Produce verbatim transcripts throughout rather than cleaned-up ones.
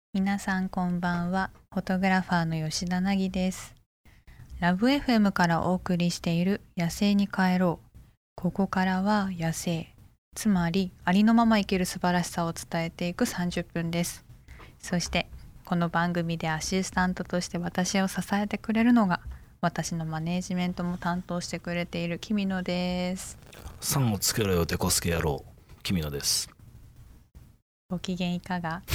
皆さんこんばんは。フォトグラファーの吉田凪です。ラブ エフエム からお送りしている野生に帰ろう。ここからは野生、つまりありのまま生きる素晴らしさを伝えていくさんじゅっぷんです。そしてこの番組でアシスタントとして私を支えてくれるのが、私のマネージメントも担当してくれているキミノです。 さんをつけろよデコスケ野郎、キミノです。 ご機嫌いかが？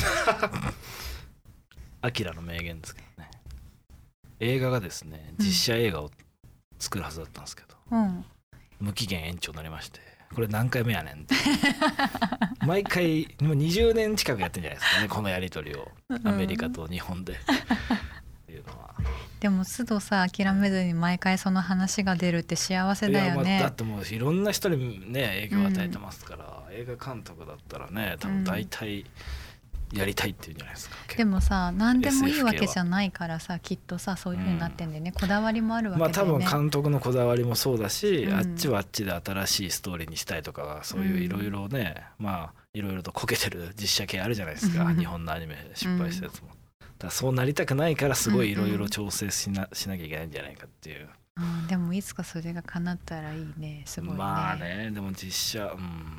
アキラの名言ですけどね。映画がですね、実写映画を作るはずだったんですけど、うん、無期限延長になりまして、これ何回目やねんって毎回もうにじゅうねん近くやってんじゃないですかね、このやり取りをアメリカと日本で、うん、っていうのは。 でも都度さ、諦めずに毎回その話が出るって幸せだよね。 いや、まあ、だってもういろんな人にね影響を与えてますから、うん、映画監督だったらね多分大体やりたいっていうんじゃないですか、 うん、でもさ、何でもいいわけじゃないからさ、きっとさそういう風になってんでね、うん、こだわりもあるわけでね。 まあ多分監督のこだわりもそうだし、うん、あっちはあっちで新しいストーリーにしたいとか、そういういろいろね、うん、まあいろいろとこけてる実写系あるじゃないですか、うん、日本のアニメ失敗したやつも、うん、だそうなりたくないからすごいいろいろ調整しな、しなきゃいけないんじゃないかっていう、 うん、でもいつかそれが叶ったらいいね。すごいね。 まあね、でも実写、うん、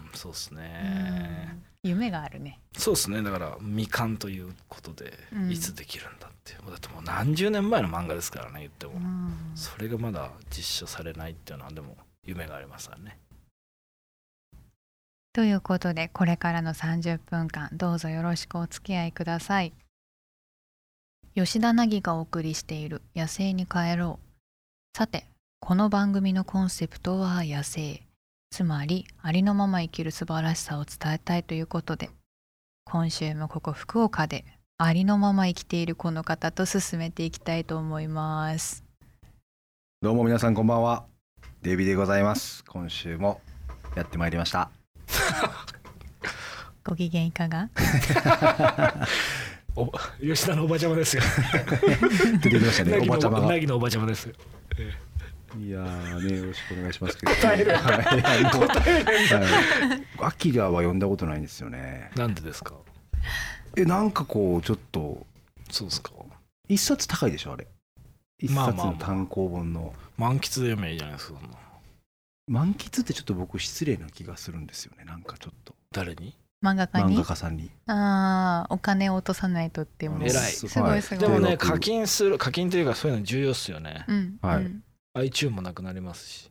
そうですね、 うん、夢があるね。 そうですね。だから未完ということで、いつできるんだって、うん、だってもう何十年前の漫画ですからね、言っても、うん、それがまだ実写されないっていうのはでも夢がありますからね。 ということで、これからのさんじゅっぷんかんどうぞよろしくお付き合いください。吉田凪がお送りしている野生に帰ろう。さて、この番組のコンセプトは野生、つまりありのまま生きる素晴らしさを伝えたいということで、今週もここ福岡でありのまま生きているこの方と進めていきたいと思います。 どうも皆さんこんばんは、デビでございます。今週もやってまいりましたご機嫌いかが？ お吉田のおばちゃまですよ出てきましたね、おばちゃまが。 なぎのおばちゃまですよ。 いやーね、よろしくお願いしますけど、 答える答えるアキラは読んだことないんですよね。 なんでですか？ え、なんかこうちょっと、 そうですか、 一冊高いでしょあれ、一冊の単行本の、まあまあまあ、満喫で読めばいいじゃないですか。 満喫ってちょっと僕失礼な気がするんですよね。なんかちょっと誰に？ 漫画家に？ 漫画家さんに。 ああ、お金を落とさないとっていうもの。 偉い、 すごいすごい。 でもね、課金する、課金というかそういうの重要っすよね。 うん、 はい、 うん、 iTunes もなくなりますし。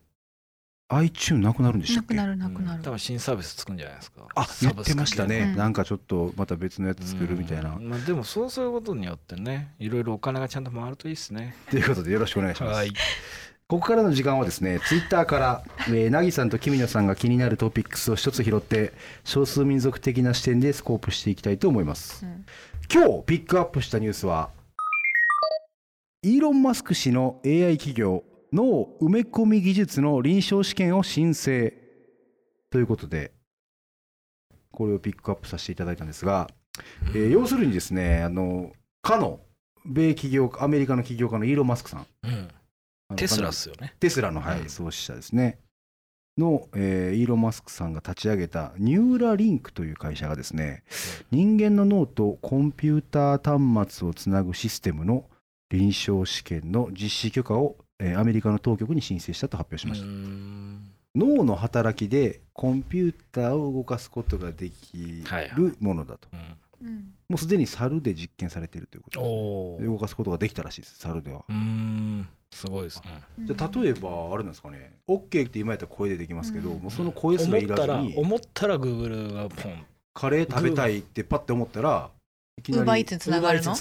iTunes なくなるんでしたっけ？ なくなるなくなる、 うん、多分新サービス作るんじゃないですか。 あ、言ってましたね、 うん、 なんかちょっとまた別のやつ作るみたいな、 うん、まあ、でもそうすることによってね、いろいろお金がちゃんと回るといいですね。 ということでよろしくお願いします。 はい、 ここからの時間はですね、ツイッターから、えー、なぎさんときみのさんが気になるトピックスを一つ拾って少数民族的な視点でスコープしていきたいと思います、うん、今日ピックアップしたニュースは、イーロン・マスク氏の エーアイ 企業脳埋め込み技術の臨床試験を申請ということで、これをピックアップさせていただいたんですが、えー、要するにですね、あのかの米企業アメリカの起業家のイーロン・マスクさん、 うん、テスラですよね。 テスラの、はい、創始者ですねの、えー、イーロン・マスクさんが立ち上げたニューラリンクという会社がですね、うん、人間の脳とコンピューター端末をつなぐシステムの臨床試験の実施許可を、えー、アメリカの当局に申請したと発表しました。うーん、脳の働きでコンピューターを動かすことができるものだと、はいはい、うん、もうすでに猿で実験されているということです、ね、動かすことができたらしいです、猿では。 うーん、すごいですね。 じゃあ例えばあれなんですかね、 OK って今やったら声でできますけど、うん、もうその声すらいらずに、 思ったら Google がポン、 カレー食べたいってパッて思ったらいきなり Uber Eats につながるの？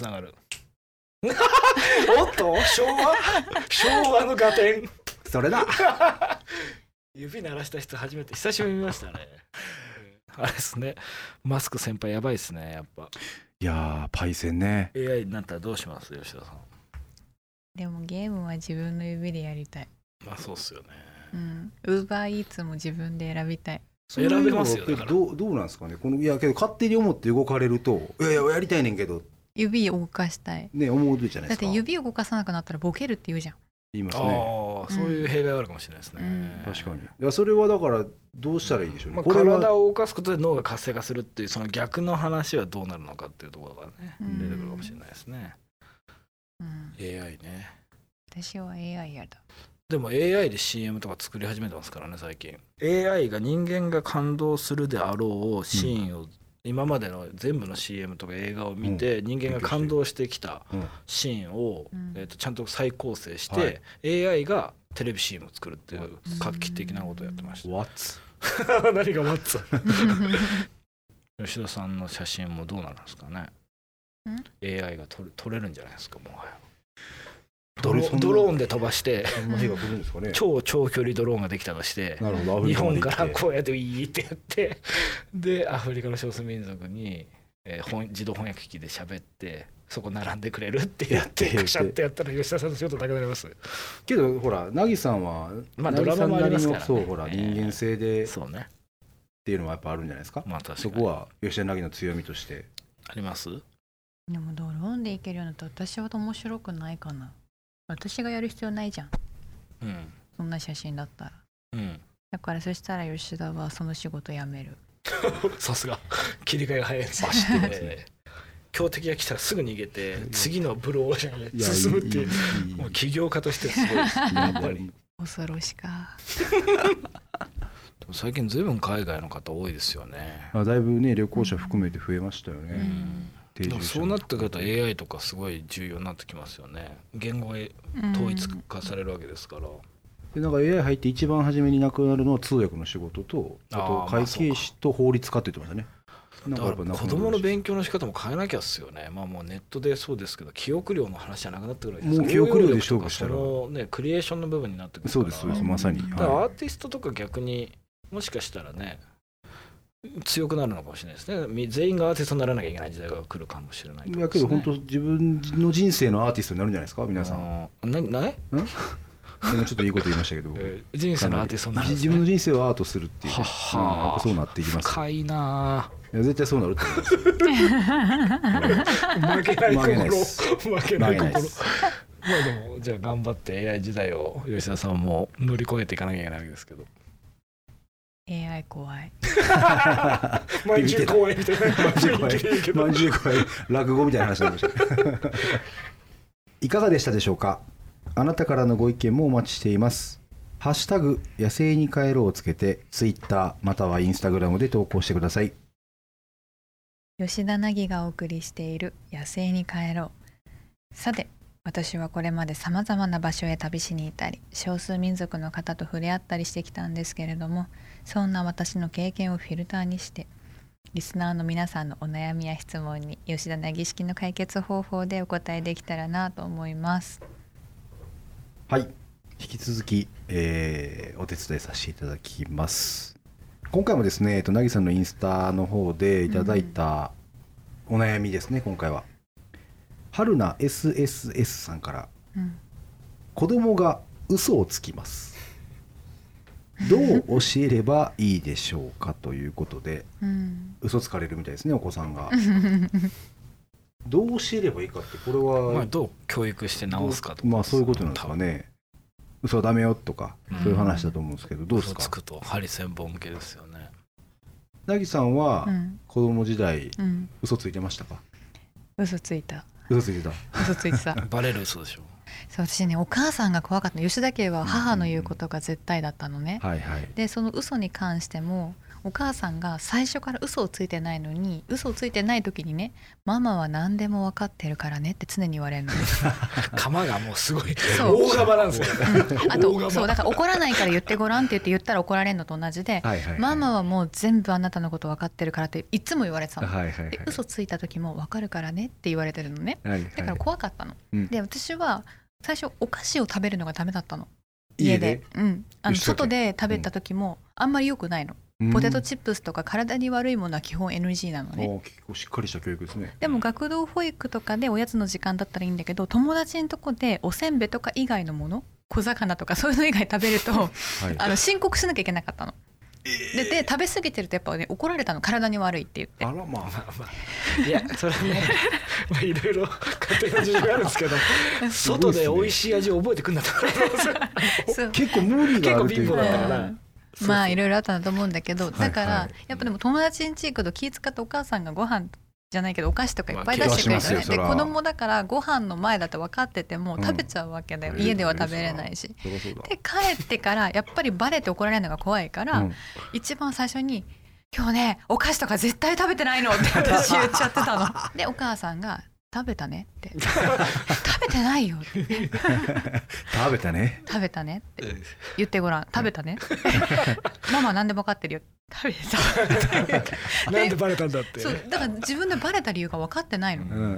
おっと昭和昭和の合点、 それだ指鳴らした人初めて久しぶりに見ましたねあれですね、マスク先輩やばいですね、やっぱ。 いやー、パイセンね。 エーアイ になったらどうします吉田さん？ でもゲームは自分の指でやりたい。 まあそうっすよね。 うん、Uber Eats も自分で選びたい。 選べますよ。だからどう、どうなんですかね、この、いやけど勝手に思って動かれると、いやいややりたいねんけど、 指を動かしたいね、思うじゃないですか。 だって指を動かさなくなったらボケるって言うじゃん。 言いますね。 ああ、そういう弊害はあるかもしれないですね、 うん、確かに。いやそれはだからどうしたらいいでしょうね、 まあ、 これは体を動かすことで脳が活性化するっていうその逆の話はどうなるのかっていうところがね、うん、出てくるかもしれないですね、うん、エーアイ ね。 私は エーアイ やだ。 でも エーアイ で シーエム とか作り始めてますからね最近。 エーアイ が人間が感動するであろうシーンを、うん、今までの全部の シーエム とか映画を見て、うん、人間が感動してきたシーンを、うんえー、とちゃんと再構成して、はい、エーアイ がテレビ シーエム を作るっていう画期的なことをやってました。 What？ 何が What？ 吉田さんの写真もどうなるんですかね。 エーアイ が撮れ、撮れるんじゃないですか。もはやドロ、ドローンで飛ばして超長距離ドローンができたとして、日本からこうやってウィーってやってでアフリカの少数民族に、えー、本自動翻訳機で喋ってそこ並んでくれるってやってカシャってやったら吉田さんの仕事なくなりますけど。ほら凪さんは、 まあ、ドラマもありますからね。 そうほら人間性でそうねっていうのはやっぱあるんじゃないですか。まあ、確かにそこは吉田凪の強みとしてあります。 でもドローンでいけるようになったら私は面白くないかな。私がやる必要ないじゃん、うん、そんな写真だったら、うん、だからそしたら吉田はその仕事辞めるさすが切り替えが早いですね。走ってますね強敵が来たらすぐ逃げて次のブルーオーシャンへ進むっていう、もう起業家としてすごいですやっぱり恐ろしか最近ずいぶん海外の方多いですよね。 あだいぶね旅行者含めて増えましたよね、うんでもそうなってくると エーアイ とかすごい重要になってきますよね。言語へ統一化されるわけですから、うん、 でなんか エーアイ 入って一番初めになくなるのは通訳の仕事とあと会計士と法律家って言ってましたね。 だから子供の勉強の仕方も変えなきゃっすよね。まあもうネットでそうですけど記憶量の話じゃなくなってくるわけですから。 もう記憶量で勝負したらその、ね、クリエーションの部分になってくるから。 そうですそうですまさに。 だからアーティストとか逆にもしかしたらね強くなるのかもしれないですね。全員がアーティストにならなきゃいけない時代が来るかもしれない、ね。 いやけど本当自分の人生のアーティストになるんじゃないですか皆さん。 なないちょっといいこと言いましたけど、 えー、人生のアーティストになるんですね。 自分の人生をアートするっていう、ね、はは、うん、そうなっていきます。 深いな。 いや絶対そうなると思います負けない心負けない心。まあでもじゃあ頑張って エーアイ 時代を吉田さんも乗り越えていかなきゃいけないわけですけど。 エーアイ 怖い。 まんじゅう怖いみたいな。 まんじゅう怖い落語みたいな話になりましたいかがでしたでしょうか。あなたからのご意見もお待ちしています。ハッシュタグ野生に帰ろうをつけてツイッターまたはインスタグラムで投稿してください。 吉田凪がお送りしている野生に帰ろう。さて私はこれまでさまざまな場所へ旅しに行ったり少数民族の方と触れ合ったりしてきたんですけれども、そんな私の経験をフィルターにしてリスナーの皆さんのお悩みや質問に吉田凪式の解決方法でお答えできたらなと思います。 はい、引き続き、えー、お手伝いさせていただきます。今回もですね凪さんのインスタの方でいただいたお悩みですね、うん、今回は春菜 エスエスエス さんから、うん、子供が嘘をつきますどう教えればいいでしょうかということで、うん、嘘つかれるみたいですねお子さんがどう教えればいいかってこれは、 まあ、どう教育して直すかとか、 まあそういうことなんですかね。嘘はダメよとか、うん、そういう話だと思うんですけどどうですか。 嘘つくと針千本向けですよね。 凪さんは子供時代、うん、嘘ついてましたか。 嘘ついた嘘ついてた嘘ついてたバレる嘘でしょ。 そう私ねお母さんが怖かったの。吉田家は母の言うことが絶対だったのね、 うんはいはい、 でその嘘に関してもお母さんが最初から嘘をついてないのに嘘をついてない時にねママは何でも分かってるからねって常に言われるの釜がもうすごい大釜なんですよ、 うん、あとそうだから怒らないから言ってごらんって言って言ったら怒られるのと同じで、はいはいはい、ママはもう全部あなたのこと分かってるからっていつも言われてたの、はいはいはい、で嘘ついた時も分かるからねって言われてるのね、はいはい、だから怖かったの、うん、で私は最初お菓子を食べるのがダメだったの家で、家で、うん、あの外で食べた時もあんまり良くないの、うん、ポテトチップスとか体に悪いものは基本 エヌジー なのね。 結構しっかりした教育ですね。 でも学童保育とかでおやつの時間だったらいいんだけど友達のとこでおせんべいとか以外のもの小魚とかそういうの以外食べると、はい、あの申告しなきゃいけなかったの。 で, で食べ過ぎてるとやっぱね怒られたの、体に悪いって言って。 あらまあまあまあいやそれはねまあいろいろ家庭の事情があるんですけど外で美味しい味を覚えてくんだったから結構無理があるというか、 結構貧乏だったからまあいろいろあったんだと思うんだけど、だから、はいはい、やっぱでも友達ん家行くと気使ってお母さんがご飯じゃないけどお菓子とかいっぱい出してくれるよね、まあ、で子供だからご飯の前だと分かってても食べちゃうわけだよ、うん、家では食べれないし、えー、で帰ってからやっぱりバレて怒られるのが怖いから、うん、一番最初に今日ねお菓子とか絶対食べてないのって私言っちゃってたのでお母さんが食べたねって食べてないよって食べたね食べたねって言ってごらん、食べたねママ何でも分かってるよ、食べたなんでバレたんだって。 そうだから自分でバレた理由が分かってないの、うんうんうん、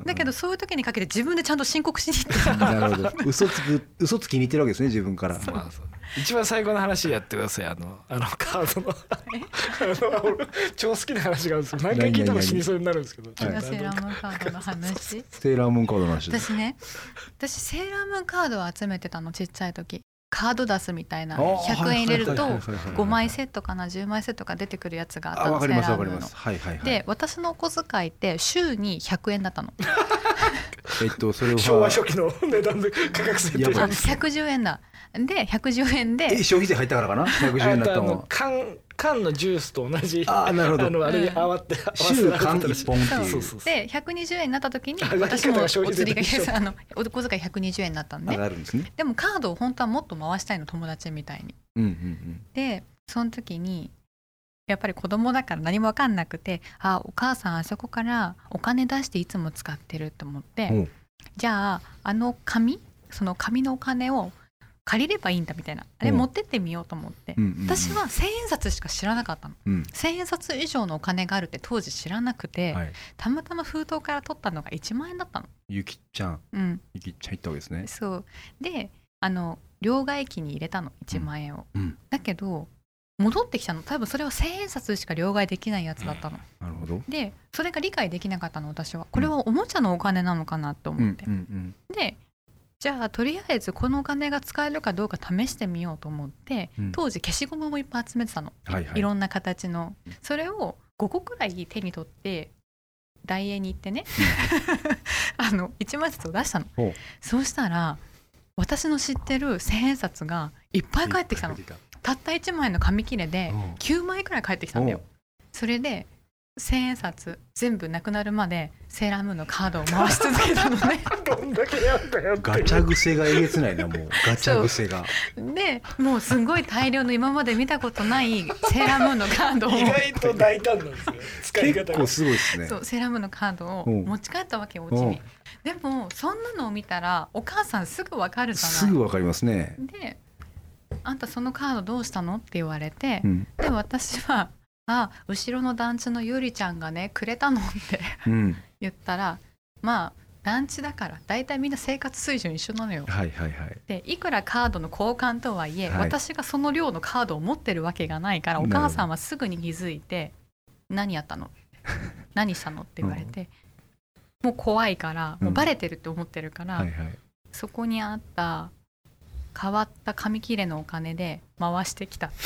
だけどそういう時にかけて自分でちゃんと申告しに行ってなるほど嘘つく嘘つきに行ってるわけですね自分から。そう、まあ、 そう一番最後の話やってください。あのあのカードのあの超好きな話があるんですけど何回聞いても死にそうになるんですけど、 セーラームーンカードの話セーラームーンカードの話です。 私ね私セーラームーンカードを集めてたのちっちゃい時。カードダスみたいなひゃくえん入れるとごまいセットかなじゅうまいセットが出てくるやつがあったの。 わかりますわかります、はいはいはい、 で私のお小遣いって週にひゃくえんだったのえっとそれは昭和初期の値段で価格設定ひゃくじゅうえんだでひゃくじゅうえんでえ消費税入ったからかなひゃくじゅうえんだったの缶缶のジュースと同じあなるほどあのあれに合わって、うん、 週缶いっぽんっていう。 そうでひゃくにじゅうえんになった時に私もお釣りがあのお小遣いひゃくにじゅうえんになったんで、 上がるんですね。 でもカードを本当はもっと回したいの友達みたいに、うんうんうん、でその時にやっぱり子供だから何も分かんなくて、あお母さんあそこからお金出していつも使ってると思って、うん、じゃああの紙その紙のお金を借りればいいんだみたいなあれ持ってってみようと思って、うんうんうん、私は千円札しか知らなかったの、うん、千円札以上のお金があるって当時知らなくて、はい、たまたま封筒から取ったのがいちまんえんだったの。 ゆきちゃん、うん、ゆきちゃん行ったわけですね。 そうであの両替機に入れたのいちまんえんを、うん、だけど戻ってきたの多分それは千円札しか両替できないやつだったの、 うん、なるほど。 でそれが理解できなかったの私は。これはおもちゃのお金なのかなと思って、うんうんうん、でじゃあとりあえずこのお金が使えるかどうか試してみようと思って、うん、当時消しゴムもいっぱい集めてたの、はいはい、いろんな形のそれをごこくらい手に取ってダイエーに行ってねあのいちまんえん札を出したの。そうしたら私の知ってる千円札がいっぱい返ってきたの。たったいちまんえんの紙切れできゅうまいくらい返ってきたんだよ。それで千円札全部なくなるまでセーラームーンのカードを回し続けたのねどんだけやんだよってガチャ癖がえげつないなもうガチャ癖がでもうすごい大量の今まで見たことないセーラームーンのカードを意外と大胆なんですよ使い方が結構すごいですね。 そうセーラームーンのカードを持ち帰ったわけよお家に。でもそんなのを見たらお母さんすぐわかるじゃない。 すぐわかりますね。 であんたそのカードどうしたのって言われて、うん、で私はあ後ろの団地のゆりちゃんがねくれたのって言ったら、うん、まあ団地だからだいたいみんな生活水準一緒なのよ、 はいはいはい、 でいくらカードの交換とはいえ、はい、私がその量のカードを持ってるわけがないからお母さんはすぐに気づいて何やったの何したのって言われて、うん、もう怖いからもうバレてるって思ってるから、うんはいはい、そこにあった変わった紙切れのお金で回してきた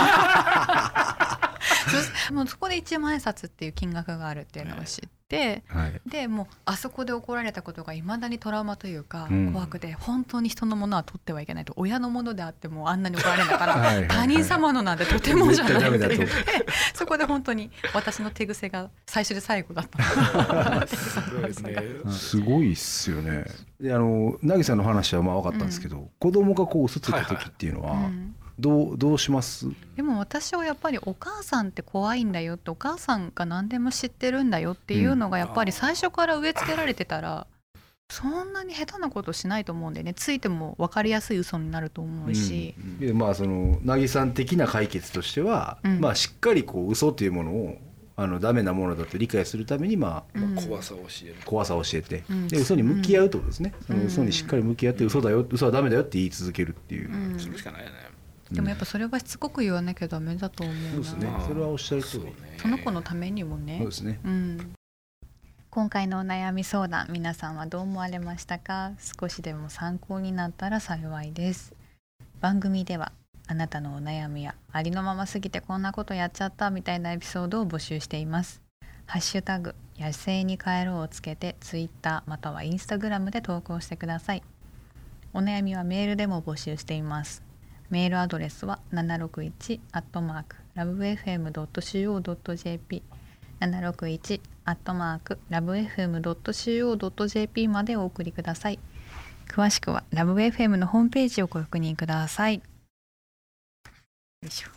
そ, もうそこでいちまんえん札っていう金額があるっていうのを知って、はい、でもうあそこで怒られたことがいまだにトラウマというか、うん、怖くて本当に人のものは取ってはいけないと。親のものであってもあんなに怒られるんだからはいはい、はい、他人様のなんてとてもじゃないって言ってそこで本当に私の手癖が最初で最後だったすごいですね。すごいっすよね。であの凪さんの話はまあ分かったんですけど、うん、子供がこう嘘ついた時っていうのは、はいはい、うんどう、どうします？ でも私はやっぱりお母さんって怖いんだよってお母さんが何でも知ってるんだよっていうのがやっぱり最初から植え付けられてたら、うん、そんなに下手なことしないと思うんでね。ついても分かりやすい嘘になると思うし、 うん、でまあその凪さん的な解決としては、うんまあ、しっかりこう嘘というものをあのダメなものだと理解するために、まあうん、怖さを教える怖さを教えて、うん、で嘘に向き合うってことですね、うん、その嘘にしっかり向き合って嘘だよ嘘はダメだよって言い続けるっていう、 うん、それしかないよね。 でもやっぱそれはしつこく言わなきゃダメだと思うな。 そうですね。それはおっしゃる通り。 その子のためにもね。 そうですね。 うん。今回のお悩み相談、皆さんはどう思われましたか？少しでも参考になったら幸いです。番組ではあなたのお悩みやありのまますぎてこんなことやっちゃったみたいなエピソードを募集しています。ハッシュタグ野生に帰ろうをつけてツイッターまたはインスタグラムで投稿してください。お悩みはメールでも募集しています。メールアドレスはななろくいちアットマークラブエフエムドットシーオードットジェーピー ななろくいちアットマークラブエフエムドットシーオードットジェーピー までお送りください。詳しくはラブ エフエム のホームページをご確認ください。よいしょ。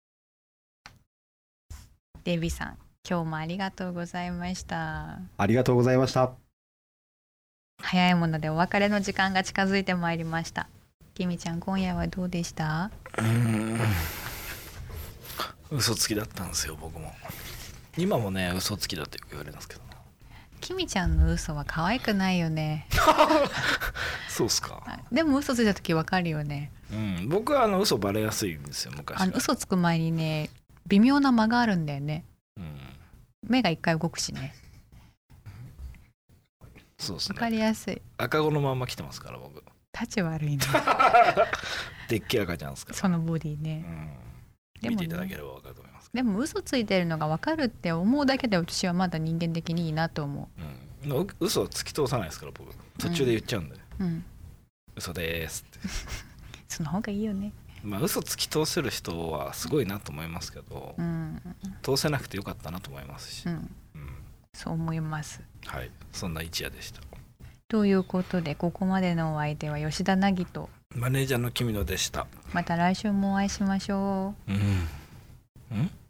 デビさん、今日もありがとうございました。 ありがとうございました。 早いものでお別れの時間が近づいてまいりました。きみちゃん、今夜はどうでした？ うーん、嘘つきだったんですよ。僕も今もね嘘つきだってよく言われるんですけど、 きみちゃんの嘘は可愛くないよね。 そうっすか。 でも嘘ついた時わかるよね。 うん、僕はあの嘘バレやすいんですよ昔。 あの嘘つく前にね微妙な間があるんだよね、うん、目が一回動くしね。 そうですね。 わかりやすい。 赤子のまんま来てますから僕。 立ち悪いね。 でっけえ赤ちゃんですから。 そのボディね、 うん、見ていただければわかると思います。 でも嘘ついてるのがわかるって思うだけで私はまだ人間的にいいなと思う、うん、嘘は突き通さないですから僕。途中で言っちゃうんで、うん、嘘でーすってその方がいいよね。 まあ嘘突き通せる人はすごいなと思いますけど、うん、通せなくてよかったなと思いますし、うんうん、 そう思います。 はい、そんな一夜でした。 ということでここまでのお相手は吉田凪とマネージャーの君野でした。 また来週もお会いしましょう。うん、 うん